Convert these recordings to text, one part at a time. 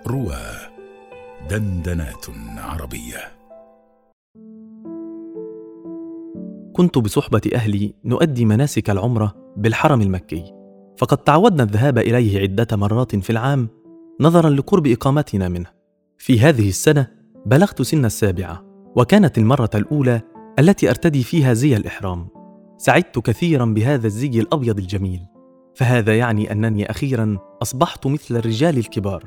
روى دندنات عربية. كنت بصحبة أهلي نؤدي مناسك العمرة بالحرم المكي، فقد تعودنا الذهاب إليه عدة مرات في العام نظراً لقرب إقامتنا منه. في هذه السنة بلغت سن 7، وكانت المرة الأولى التي أرتدي فيها زي الإحرام. سعدت كثيراً بهذا الزي الأبيض الجميل، فهذا يعني أنني أخيراً أصبحت مثل الرجال الكبار.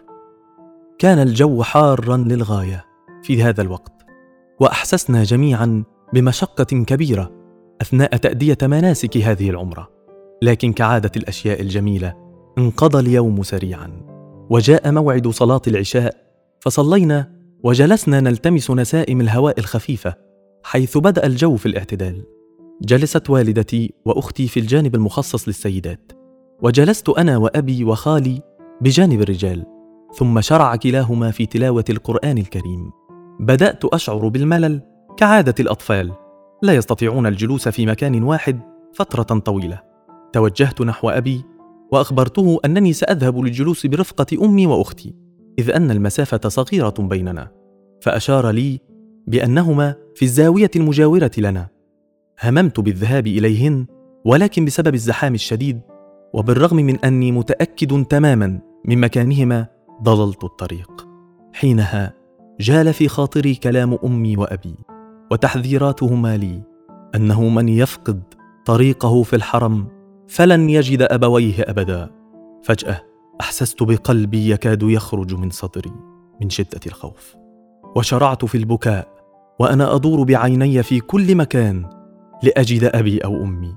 كان الجو حاراً للغاية في هذا الوقت، وأحسسنا جميعاً بمشقة كبيرة أثناء تأدية مناسك هذه العمرة. لكن كعادة الأشياء الجميلة انقضى اليوم سريعاً، وجاء موعد صلاة العشاء، فصلينا وجلسنا نلتمس نسائم الهواء الخفيفة حيث بدأ الجو في الاعتدال. جلست والدتي وأختي في الجانب المخصص للسيدات، وجلست أنا وأبي وخالي بجانب الرجال، ثم شرع كلاهما في تلاوة القرآن الكريم. بدأت أشعر بالملل كعادة الأطفال، لا يستطيعون الجلوس في مكان واحد فترة طويلة. توجهت نحو أبي وأخبرته أنني سأذهب للجلوس برفقة أمي وأختي، إذ أن المسافة صغيرة بيننا، فأشار لي بأنهما في الزاوية المجاورة لنا. هممت بالذهاب إليهن، ولكن بسبب الزحام الشديد وبالرغم من أني متأكد تماما من مكانهما ضللت الطريق. حينها جال في خاطري كلام أمي وأبي وتحذيراتهما لي أنه من يفقد طريقه في الحرم فلن يجد أبويه أبدا. فجأة أحسست بقلبي يكاد يخرج من صدري من شدة الخوف، وشرعت في البكاء وأنا أدور بعيني في كل مكان لأجد أبي أو أمي.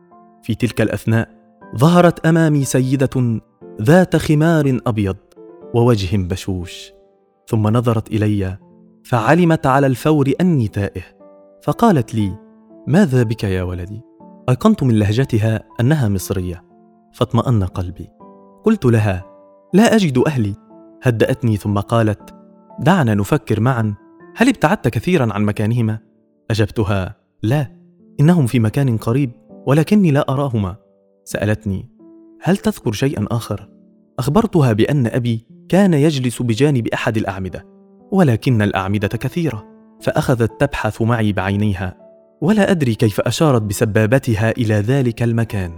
في تلك الأثناء ظهرت أمامي سيدة ذات خمار أبيض ووجه بشوش، ثم نظرت إلي فعلمت على الفور أني تائه، فقالت لي: ماذا بك يا ولدي؟ أيقنت من لهجتها أنها مصرية، فاطمأن قلبي. قلت لها: لا أجد أهلي. هدأتني ثم قالت: دعنا نفكر معا، هل ابتعدت كثيرا عن مكانهما؟ أجبتها: لا، إنهم في مكان قريب ولكني لا أراهما. سألتني: هل تذكر شيئا آخر؟ أخبرتها بأن أبي كان يجلس بجانب أحد الأعمدة، ولكن الأعمدة كثيرة، فأخذت تبحث معي بعينيها، ولا أدري كيف أشارت بسبابتها إلى ذلك المكان،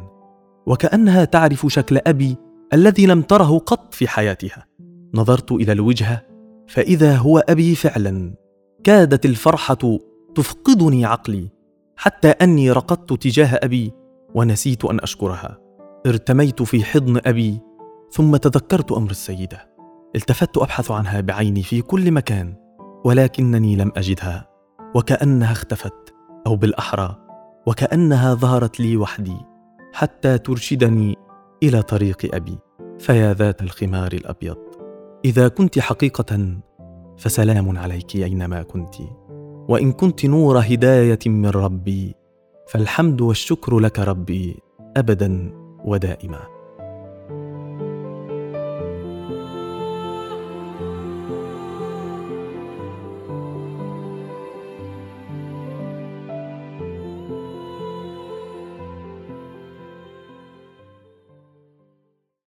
وكأنها تعرف شكل أبي الذي لم تره قط في حياتها. نظرت إلى الوجهة فإذا هو أبي فعلا. كادت الفرحة تفقدني عقلي، حتى أني رقدت تجاه أبي ونسيت أن أشكرها. ارتميت في حضن أبي، ثم تذكرت أمر السيدة. التفت أبحث عنها بعيني في كل مكان، ولكنني لم أجدها، وكأنها اختفت، أو بالأحرى وكأنها ظهرت لي وحدي حتى ترشدني إلى طريق أبي. فيا ذات الخمار الأبيض، إذا كنت حقيقة فسلام عليك أينما كنت، وإن كنت نور هداية من ربي فالحمد والشكر لك ربي أبدا ودائما.